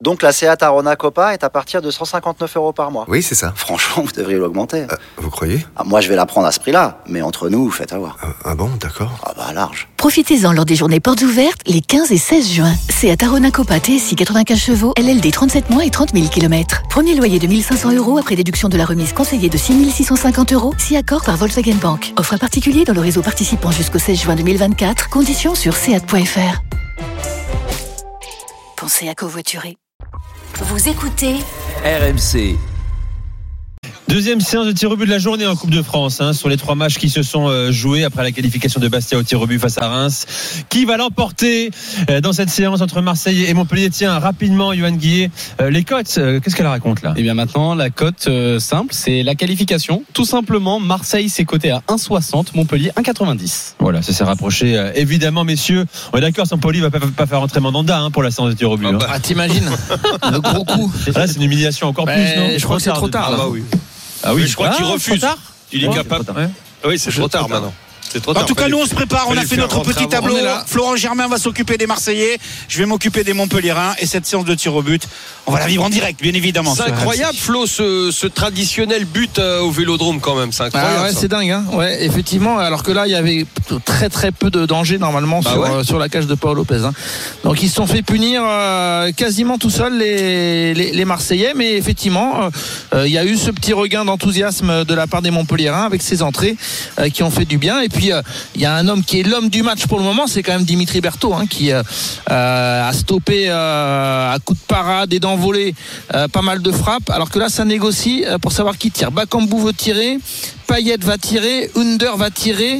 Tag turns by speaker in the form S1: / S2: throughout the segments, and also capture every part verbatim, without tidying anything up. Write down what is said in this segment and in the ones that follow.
S1: Donc la Seat Arona Copa est à partir de cent cinquante-neuf euros par mois.
S2: Oui, c'est ça.
S1: Franchement, vous devriez l'augmenter.
S2: Euh, vous croyez ?
S1: Ah, moi, je vais la prendre à ce prix-là, mais entre nous, faites avoir.
S2: Ah, ah bon, d'accord.
S1: Ah bah large.
S3: Profitez-en lors des journées portes ouvertes les quinze et seize juin. Seat Arona Copa T S I quatre-vingt-quinze chevaux, L L D trente-sept mois et trente mille kilomètres. Premier loyer de mille cinq cents euros après déduction de la remise conseillée de six mille six cent cinquante euros, si accord par Volkswagen Bank. Offre à particulier dans le réseau participant jusqu'au seize juin deux mille vingt-quatre. Conditions sur seat point f r. Pensez à covoiturer.
S4: Vous écoutez
S5: R M C.
S6: Deuxième séance de tir au but de la journée en Coupe de France, hein, sur les trois matchs qui se sont euh, joués après la qualification de Bastia au tir au but face à Reims. Qui va l'emporter euh, dans cette séance entre Marseille et Montpellier? Tiens, rapidement, Yoann Guillet, euh, les cotes, euh, qu'est-ce qu'elle raconte là?
S7: Eh bien maintenant, la cote euh, simple, c'est la qualification. Tout simplement, Marseille s'est coté à un virgule soixante, Montpellier un virgule quatre-vingt-dix.
S6: Voilà, ça s'est rapproché. Euh, évidemment, messieurs, on est d'accord, Sampoli va pas, pas faire rentrer Mandanda hein, pour la séance de tir au but.
S8: Ah, bah,
S6: hein.
S8: ah t'imagines le gros coup.
S6: Là, c'est une humiliation encore
S8: bah,
S6: plus, non?
S8: Je crois que c'est trop tard.
S5: Ah bah oui.
S6: Ah oui,
S5: Mais je crois
S6: ah,
S5: qu'il refuse.
S6: trop tard
S5: Il est
S6: oh,
S5: capable.
S6: ouais.
S5: Oui, c'est trop tard maintenant. C'est trop
S9: En
S5: tard.
S9: tout cas, nous on se prépare, on a fait notre petit tableau. Florent Germain va s'occuper des Marseillais, je vais m'occuper des Montpelliérains et cette séance de tir au but, on va la vivre en direct, bien évidemment.
S5: C'est incroyable, Flo, ce, ce traditionnel but euh, au Vélodrome quand même. C'est incroyable.
S8: Ah ouais,
S5: ça.
S8: c'est dingue, hein. Ouais, effectivement. Alors que là, il y avait très très peu de danger normalement
S5: bah
S8: sur,
S5: ouais.
S8: euh, sur la cage de Paul Lopez. Hein. Donc ils se sont fait punir euh, quasiment tout seuls les, les, les Marseillais, mais effectivement, il euh, y a eu ce petit regain d'enthousiasme de la part des Montpelliérains avec ces entrées euh, qui ont fait du bien. Et puis il euh, y a un homme qui est l'homme du match pour le moment, c'est quand même Dimitri Berthaud, hein, qui euh, a stoppé euh, à coups de parade et d'envolée euh, pas mal de frappes. Alors que là, ça négocie euh, pour savoir qui tire. Bakambu veut tirer, Payet va tirer, Under va tirer,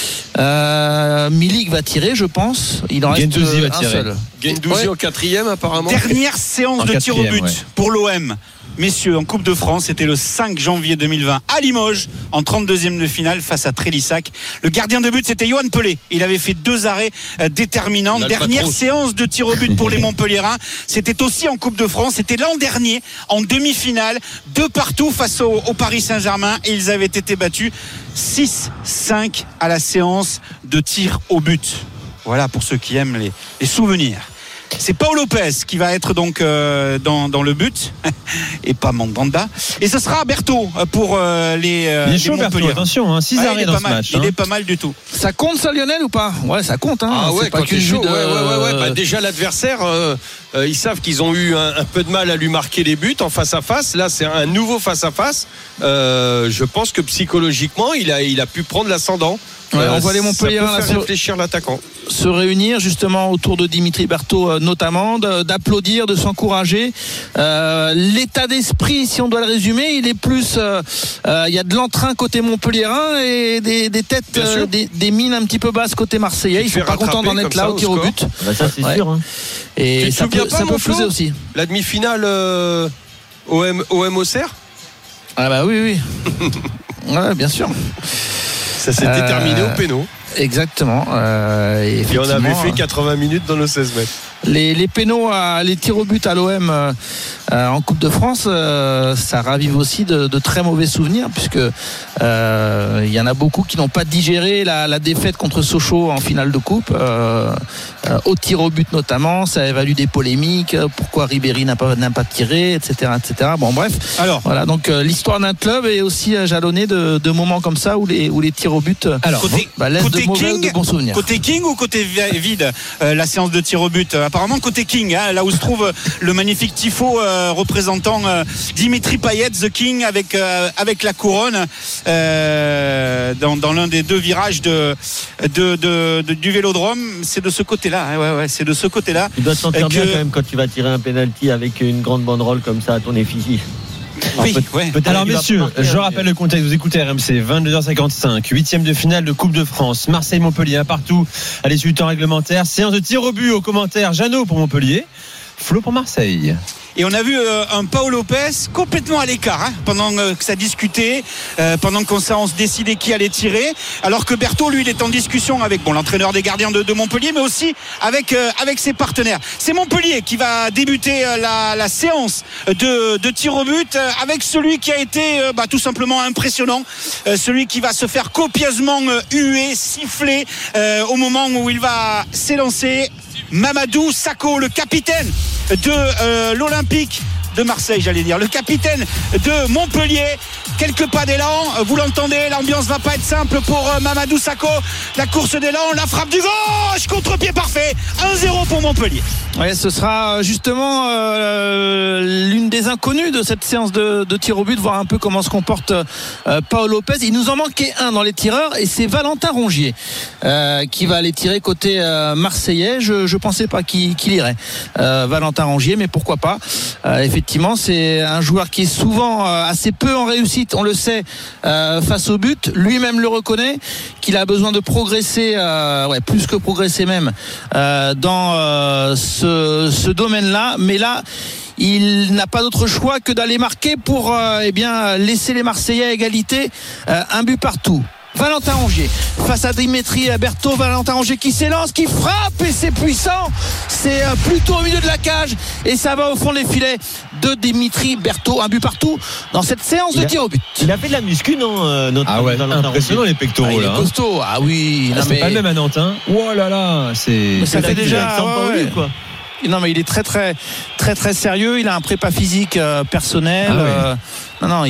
S8: euh, Milik va tirer, je pense. Il en reste
S6: Guendouzi
S8: euh,
S6: va
S8: un
S6: tirer.
S8: seul.
S5: Guendouzi
S8: Ouais.
S5: en quatrième apparemment.
S9: Dernière séance
S6: En
S9: de tir au but
S6: ouais.
S9: pour l'O M. Messieurs, en Coupe de France, c'était le cinq janvier deux mille vingt à Limoges, en trente-deuxième de finale face à Trélissac. Le gardien de but, c'était Yoann Pelé. Il avait fait deux arrêts euh, déterminants. Dernière séance de tir au but pour les Montpelliérains. C'était aussi en Coupe de France. C'était l'an dernier, en demi-finale, deux partout face au, au Paris Saint-Germain. Et ils avaient été battus six cinq à la séance de tir au but. Voilà pour ceux qui aiment les, les souvenirs. C'est Paul Lopez qui va être donc euh, dans, dans le but et pas Mandanda. Et ce sera Berthaud pour euh, les, euh,
S6: il est
S9: les
S6: chaud, Berthaud, attention, hein, six
S9: ouais,
S6: arrêts dans ce
S9: mal,
S6: match.
S9: Il
S6: hein.
S9: est pas mal du tout.
S8: Ça compte ça, Lionel, ou pas? Ouais, ça compte. Hein.
S5: Ah ouais,
S8: c'est pas
S5: quand
S8: qu'une
S5: il est chaud.
S8: vue de...
S5: Ouais, ouais, ouais, ouais. Bah, déjà l'adversaire, euh, euh, ils savent qu'ils ont eu un, un peu de mal à lui marquer les buts en face à face. Là, c'est un nouveau face à face. Euh, je pense que psychologiquement, il a, il a pu prendre l'ascendant.
S8: Ouais,
S5: Euh,
S8: on voit les Montpelliérains
S5: ça peut
S8: là,
S5: faire
S8: sur...
S5: réfléchir l'attaquant.
S8: se réunir justement autour de Dimitri Berthaud euh, notamment, de, d'applaudir, de s'encourager. Euh, l'état d'esprit, si on doit le résumer, il est plus euh, euh, il y a de l'entrain côté montpelliérain et des, des têtes euh, des, des mines un petit peu basses côté marseillais. Ils sont pas contents d'en être là au tir au but.
S1: Bah ça c'est
S8: Ouais.
S1: sûr. Hein.
S8: Et
S5: Tu te
S8: ça
S5: souviens
S8: peut,
S5: pas,
S8: ça
S5: mon
S8: peut
S5: Flo,
S8: peser aussi.
S5: La demi-finale euh, O M O M Auxerre.
S8: Ah bah oui oui. Ouais, bien sûr.
S5: Ça s'était
S8: Euh,
S5: terminé au péno.
S8: Exactement. Euh, et,
S5: Et on avait
S8: effectivement,
S5: fait quatre-vingts minutes dans nos seize mètres.
S8: Les, les pénaux, à, les tirs au but à l'O M euh, euh, en Coupe de France, euh, ça ravive aussi de, de très mauvais souvenirs, puisque euh, il y en a beaucoup qui n'ont pas digéré la, la défaite contre Sochaux en finale de Coupe, euh, euh, au tir au but notamment. Ça a valu des polémiques. Pourquoi Ribéry n'a pas, n'a pas tiré, et cetera, et cetera. Bon, bref.
S9: Alors,
S8: voilà. Donc euh, l'histoire d'un club est aussi euh, jalonnée de, de moments comme ça où les, où les tirs au but euh,
S6: Alors,
S9: côté,
S8: bah, laissent
S9: côté
S8: de mauvais
S9: King,
S8: ou de bons souvenirs.
S9: Côté King ou côté vide, euh, la séance de tir au but. Apparemment côté King, hein, là où se trouve le magnifique tifo euh, représentant euh, Dimitri Payet, The King, avec euh, avec la couronne euh, dans, dans l'un des deux virages de, de, de, de du Vélodrome. C'est de ce côté-là. Hein, ouais, ouais, c'est de ce côté-là.
S1: Tu dois te sentir
S9: que...
S1: bien quand même quand tu vas tirer un penalty avec une grande banderole comme ça à ton effigie.
S9: Oui,
S1: peut-
S9: ouais.
S1: peut-être
S6: Alors
S1: qu'il va
S6: messieurs,
S1: pas marquer,
S6: je
S1: hein,
S6: rappelle
S1: mais-
S6: le contexte, vous écoutez R M C, vingt-deux heures cinquante-cinq, huitième de finale de Coupe de France, Marseille-Montpellier, un partout à l'issue du temps réglementaire, séance de tir au but au commentaire, Jeannot pour Montpellier, Flo pour Marseille.
S9: Et on a vu euh, un Paul Lopez complètement à l'écart hein, pendant euh, que ça discutait, euh, pendant qu'on on se décidait qui allait tirer, alors que Berthaud, lui, il est en discussion avec bon, l'entraîneur des gardiens de, de Montpellier, mais aussi avec, euh, avec ses partenaires. C'est Montpellier qui va débuter euh, la, la séance de, de tir au but euh, avec celui qui a été euh, bah, tout simplement impressionnant, euh, celui qui va se faire copieusement euh, huer, siffler euh, au moment où il va s'élancer. Mamadou Sakho, le capitaine de euh, l'Olympique de Marseille, j'allais dire, le capitaine de Montpellier. Quelques pas d'élan, vous l'entendez, l'ambiance va pas être simple pour Mamadou Sakho. La course d'élan, la frappe du gauche, contre-pied parfait, un zéro pour Montpellier.
S8: Ouais, ce sera justement euh, l'une des inconnues de cette séance de, de tir au but, voir un peu comment se comporte euh, Paolo Lopez. Il nous en manquait un dans les tireurs et c'est Valentin Rongier euh, qui va aller tirer côté euh, marseillais. Je je pensais pas qu'il, qu'il irait euh, Valentin Rongier, mais pourquoi pas. Euh, effectivement, c'est un joueur qui est souvent euh, assez peu en réussite, on le sait, euh, face au but. Lui-même le reconnaît qu'il a besoin de progresser, euh, ouais, plus que progresser même euh, dans euh, ce Ce, ce domaine-là, mais là il n'a pas d'autre choix que d'aller marquer pour euh, eh bien laisser les Marseillais à égalité, euh, un but partout. Valentin Rongier face à Dimitri Berthaud. Valentin Rongier qui s'élance, qui frappe et c'est puissant, c'est euh, plutôt au milieu de la cage et ça va au fond des filets de Dimitri Berthaud. Un but partout dans cette séance il de a, tir au but.
S1: Il a fait de la muscu, non euh, notre
S6: Ah ouais, impressionnant les pectoraux.
S8: Ah, il
S6: là,
S8: est costaud, ah oui,
S6: ah,
S8: non,
S6: c'est
S8: mais...
S6: pas le même à Nantes, hein. Oh là là, c'est
S8: mais ça fait déjà
S1: ouais, ouais. quoi.
S8: Non mais il est très très très très sérieux. Il a un prépa physique euh, personnel. Ah ouais. euh, non non, il,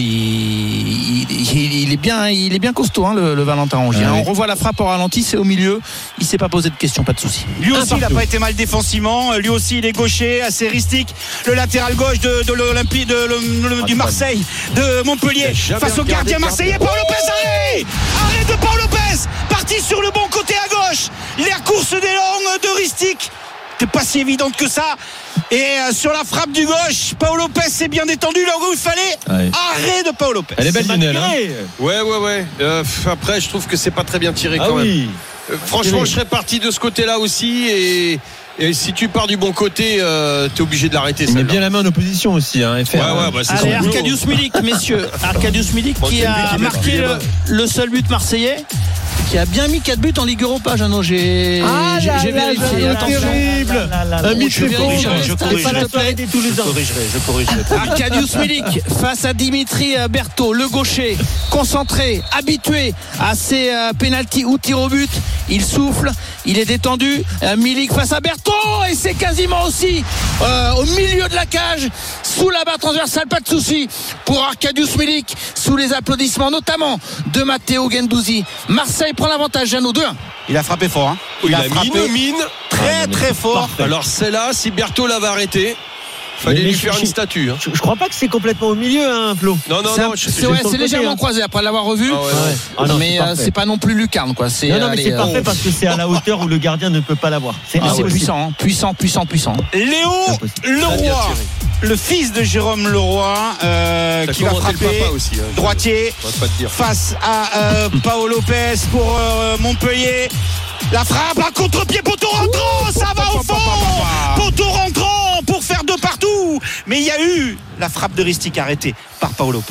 S8: il, il, il est bien, il est bien costaud, hein, le, le Valentin Rongier. Ah, on oui. revoit la frappe au ralenti, c'est au milieu. Il s'est pas posé de questions, pas de souci.
S9: Lui aussi, il n'a pas été mal défensivement. Lui aussi, il est gaucher, assez ristique. Le latéral gauche de, de l'Olympique, de, de, de, du Marseille, de Montpellier, face au gardien marseillais, Paolo Lopez. Arrêt, arrêt de Paolo Lopez, parti sur le bon côté à gauche. La course d'élan de Ristic. C'est pas si évidente que ça. Et euh, sur la frappe du gauche, Paolo Lopez s'est bien détendu là où il fallait.
S6: Ouais.
S9: Arrêt de Paolo Lopez.
S6: Elle est belle, Lionel, hein.
S5: Ouais, ouais, ouais. Euh, après, je trouve que c'est pas très bien tiré
S1: ah
S5: quand
S1: oui.
S5: même. Euh, franchement, je serais parti de ce côté-là aussi. Et, et si tu pars du bon côté, euh, t'es obligé de l'arrêter.
S6: Il met bien la main en opposition aussi, hein. F R,
S5: ouais, ouais, bah, c'est
S8: Allez, Arkadiusz Milik, messieurs. Arkadiusz Milik qui a marqué le, le seul but marseillais, qui a bien mis quatre buts en Ligue Europa, Jeannot. J'ai,
S1: ah
S8: j'ai,
S1: là
S8: j'ai
S1: là
S8: vérifié.
S1: là,
S8: Attention.
S1: terrible. Un mythe
S8: je vérifie,
S9: je, je corrige,
S1: pas la soirée des tous les ans.
S9: Je corrigerai, je corrigerai.
S8: Arkadiusz Milik face à Dimitri Berthaud, le gaucher, concentré, habitué à ses euh, pénaltys ou tirs au but. Il souffle, il est détendu. Euh, Milik face à Berthaud et c'est quasiment aussi euh, au milieu de la cage, sous la barre transversale, pas de souci pour Arkadiusz Milik, sous les applaudissements notamment de Matteo Guendouzi. Marseille prend l'avantage, Jeannot, deux un.
S9: Il a frappé fort, hein.
S5: Il, il a, a
S9: frappé
S5: mine, mine.
S9: très ah, très fort.
S5: Parfait. Alors celle-là, si Berthaud l'avait arrêté, fallait lui faire je, une statue. Hein.
S1: Je, je crois pas que c'est complètement au milieu, hein, Flo.
S5: Non, non,
S8: c'est
S5: non.
S8: Un,
S5: je,
S8: c'est,
S5: je
S8: ouais,
S5: c'est
S8: c'est légèrement côté, croisé après l'avoir revu. Ah ouais, ouais. Ah non, mais c'est, euh, c'est pas non plus lucarne, quoi. C'est,
S1: non, non, mais
S8: allez,
S1: c'est
S8: euh,
S1: parfait parce que c'est à la hauteur où le gardien ne peut pas l'avoir. C'est,
S8: ah, c'est puissant, puissant, puissant, puissant.
S9: Léo Leroy, le fils de Jérôme Leroy, euh, qui va frapper
S5: aussi, hein,
S9: droitier face à euh, Paolo Lopez pour euh, Montpellier. La frappe, un contre-pied, poteau rentrant, ça va au fond, poteau rentrant pour faire deux partout. Mais il y a eu la frappe de Ristic arrêtée par Paolo Lopez.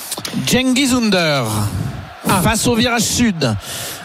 S8: Cengiz Under ah. face au virage sud.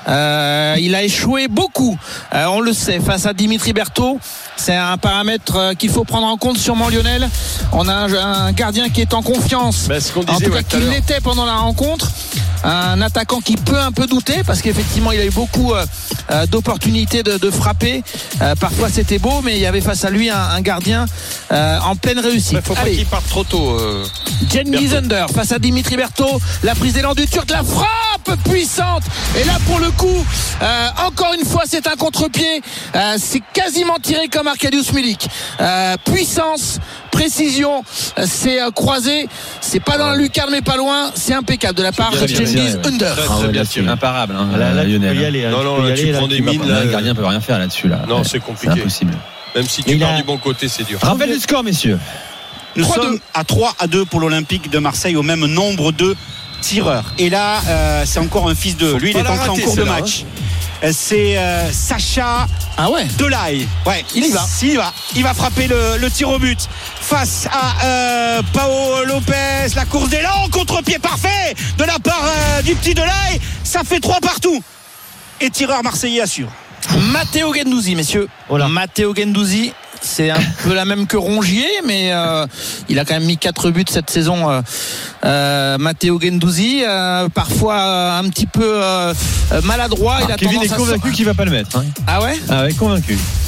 S8: Euh, il a échoué beaucoup, euh, on le sait, face à Dimitri Berthaud. C'est un paramètre euh, qu'il faut prendre en compte, sûrement, Lionel. On a un, un gardien qui est en confiance,
S5: ben, ce qu'on disait,
S8: en tout cas
S5: ouais,
S8: qu'il l'était pendant la rencontre. Un attaquant qui peut un peu douter parce qu'effectivement il a eu beaucoup euh, d'opportunités de, de frapper. Euh, parfois c'était beau, mais il y avait face à lui un, un gardien euh, en pleine réussite.
S5: Il faut pas qu'il parte trop tôt. Euh,
S8: Cengiz Under face à Dimitri Berthaud. La prise d'élan du Turc, la frappe puissante. Et là pour le coup, euh, encore une fois c'est un contre-pied. Euh, c'est quasiment tiré comme Arkadiusz Milik. Euh, puissance, précision, euh, c'est euh, croisé. C'est pas dans la lucarne mais pas loin. C'est impeccable de la part de Cengiz Under.
S6: Très, très bien tiré. Imparable, hein, là, là, Lionel.
S1: Tu peux y aller,
S5: non, non, là, tu prends des mines.
S6: Le gardien peut rien faire là-dessus. Là.
S5: Non, c'est compliqué.
S6: C'est impossible.
S5: Même si tu pars du bon côté, c'est dur.
S6: Rappel du score, messieurs.
S9: Nous sommes à trois à deux pour l'Olympique de Marseille, au même nombre de tireurs. Et là, euh, c'est encore un fils de. Lui, il est entré en cours de match. Hein. C'est euh, Sacha
S8: ah ouais.
S9: Delaye. Ouais,
S8: il y va.
S9: Il y va. Il va frapper le, le tir au but face à euh, Paolo Lopez. La course d'élan, contre-pied parfait de la part euh, du petit Delaye. Ça fait trois partout. Et tireur marseillais assure.
S8: Matteo Guendouzi, messieurs.
S1: Voilà.
S8: Matteo Guendouzi. C'est un peu la même que Rongier, mais euh, il a quand même mis quatre buts cette saison. Euh, euh, Matteo Guendouzi, euh, parfois euh, un petit peu euh, maladroit.
S6: Alors,
S8: il a
S6: Kevin
S8: tendance
S6: est convaincu
S8: à...
S6: qu'il va pas le mettre. Hein.
S8: Ah ouais.
S6: Ah ouais, convaincu.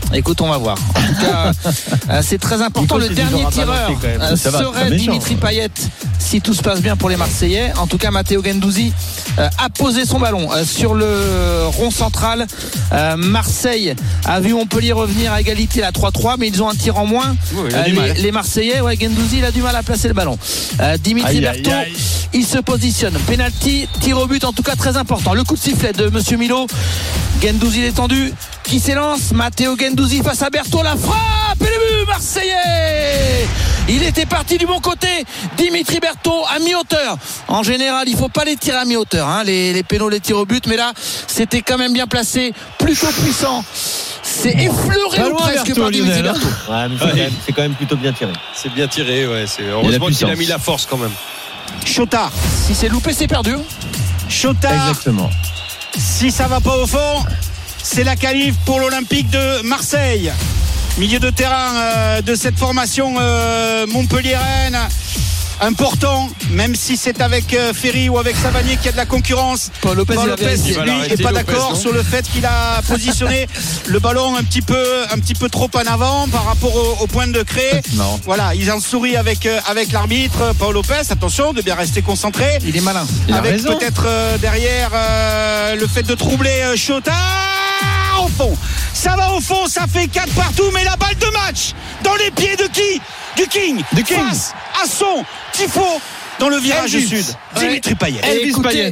S8: Écoute, on va voir. En tout cas, euh, c'est très important.
S1: Nico,
S8: le
S1: c'est du
S8: dernier
S1: genre à
S8: tireur
S1: balancer, quand même.
S8: euh,
S6: Ça va,
S8: serait
S6: c'est méchant,
S8: Dimitri
S6: ouais.
S8: Payet si tout se passe bien pour les Marseillais. En tout cas, Matteo Guendouzi euh, a posé son ballon euh, sur le rond central. Euh, Marseille a vu Montpellier revenir à égalité à trois trois, mais ils ont un tir en moins.
S5: Oui, il a
S8: Euh,
S5: du
S8: les,
S5: mal.
S8: les Marseillais, ouais, Guendouzi, il a du mal à placer le ballon. Euh, Dimitri
S6: Aïe, aïe,
S8: Berthaud,
S6: aïe.
S8: il se positionne. Penalty, tir au but, en tout cas très important. Le coup de sifflet de Monsieur Milo. Guendouzi détendu, qui s'élance. Matteo Guendouzi face à Berthaud, la frappe et le but marseillais. Il était parti du bon côté. Dimitri Berthaud à mi-hauteur. En général, il faut pas les tirer à mi-hauteur, hein, les, les pénaux, les tirs au but, mais là, c'était quand même bien placé, plutôt puissant. C'est effleuré
S6: Pas
S8: ou
S6: loin,
S8: presque
S6: Berthaud,
S8: par Dimitri
S6: Lionel, hein.
S8: Berthaud.
S1: Ouais, mais c'est,
S5: Ouais.
S1: quand même, c'est quand même plutôt bien tiré.
S5: C'est bien tiré, ouais. C'est... Heureusement qu'il a
S6: puissance.
S5: mis la force quand même.
S9: Chotard.
S8: Si c'est loupé, c'est perdu.
S9: Chotard.
S6: Exactement.
S9: Si ça va pas au fond, c'est la qualif pour l'Olympique de Marseille. Milieu de terrain euh, de cette formation euh, montpelliéraine. Important, même si c'est avec euh, Ferry ou avec Savanier qu'il y a de la concurrence.
S8: Paul Lopez,
S9: Paul
S8: il a
S9: Lopez,
S8: vérifié.
S5: Il va
S9: lui,
S5: l'arrêter,
S9: n'est pas
S5: Lopez,
S9: d'accord
S5: non
S9: sur le fait qu'il a positionné le ballon un petit peu, un petit peu trop en avant par rapport au, au point de cré.
S8: Non.
S9: Voilà, ils en sourient avec, euh, avec l'arbitre. Paul Lopez, attention de bien rester concentré.
S8: Il est malin.
S6: Il a
S9: Avec
S6: raison.
S9: peut-être euh, derrière euh, le fait de troubler euh, Chotard au fond. Ça va au fond, ça fait quatre partout, mais la balle de match dans les pieds de qui? Du King.
S6: Du King.
S9: Face à son tifo dans le virage
S6: Elvis.
S9: sud. Dimitri Payet.
S6: Elvis
S8: Écoutez-
S6: Payet.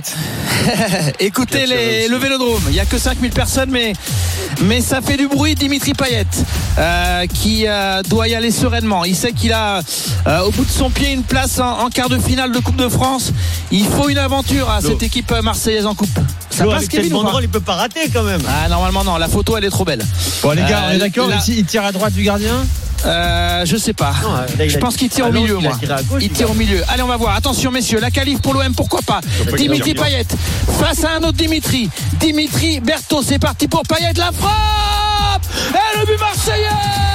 S8: Écoutez
S5: Bien tiré
S8: les,
S5: aussi.
S8: le Vélodrome, il n'y a que cinq mille personnes, mais, mais ça fait du bruit. Dimitri Payet euh, qui euh, doit y aller sereinement. Il sait qu'il a euh, au bout de son pied une place en, en quart de finale de Coupe de France. Il faut une aventure à
S1: Flo.
S8: cette équipe marseillaise en coupe. Ça
S1: Flo,
S8: passe,
S1: avec cette
S8: Kevin, ou pas
S1: banderole, il peut pas rater quand même.
S8: Ah, normalement non, la photo elle est trop belle.
S6: Bon, les gars,
S8: Euh,
S6: on est d'accord.
S8: là-
S6: Ici, il tire à droite du gardien.
S8: Euh, je sais pas.
S1: Non, là, il
S8: Je
S1: a-
S8: pense qu'il tire
S1: à
S8: au
S1: l'autre,
S8: milieu,
S1: il a
S8: moi.
S1: tiré à gauche,
S8: Il
S1: le
S8: tire au
S1: gars.
S8: milieu. Allez, on va voir. Attention, messieurs, la qualif pour l'O M, pourquoi pas.
S5: pas
S8: Dimitri
S5: qu'il tire
S8: Payet face à un autre Dimitri. Dimitri Berthaud, c'est parti pour Payet, la frappe et le but marseillais.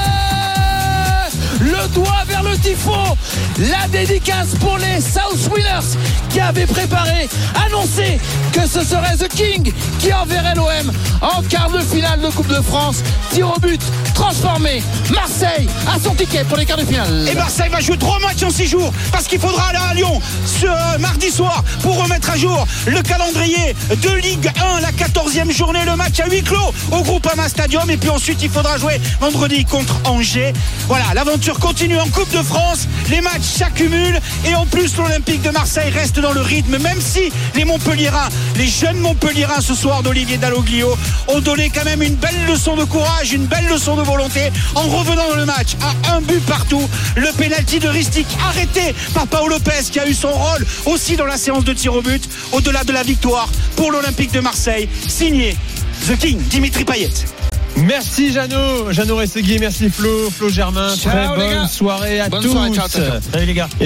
S8: Le doigt vers le tifo. La dédicace pour les South Winners qui avaient préparé, annoncé que ce serait The King qui enverrait l'O M en quart de finale de Coupe de France. Tir au but transformé. Marseille a son ticket pour les quarts de finale.
S9: Et Marseille va jouer trois matchs en six jours parce qu'il faudra aller à Lyon ce euh, mardi soir pour remettre à jour le calendrier de Ligue un, la quatorzième journée, le match à huis clos au Groupama Stadium, et puis ensuite il faudra jouer vendredi contre Angers. Voilà, l'aventure continue en Coupe de France, les matchs s'accumulent et en plus l'Olympique de Marseille reste dans le rythme, même si les Montpelliérains, les jeunes Montpelliérains ce soir d'Olivier Dalloglio ont donné quand même une belle leçon de courage, une belle leçon de volonté en revenant dans le match à un but partout. Le pénalty de Ristic arrêté par Paul Lopez qui a eu son rôle aussi dans la séance de tir au but, au-delà de la victoire pour l'Olympique de Marseille, signé The King, Dimitri Payet.
S6: Merci Jeannot, Jeannot Rességui, merci Flo, Flo Germain.
S8: Ciao,
S6: Très
S8: les gars.
S6: bonne soirée à
S8: Bonne
S6: tous.
S8: soirée, ciao, ciao, ciao.
S1: Salut les gars.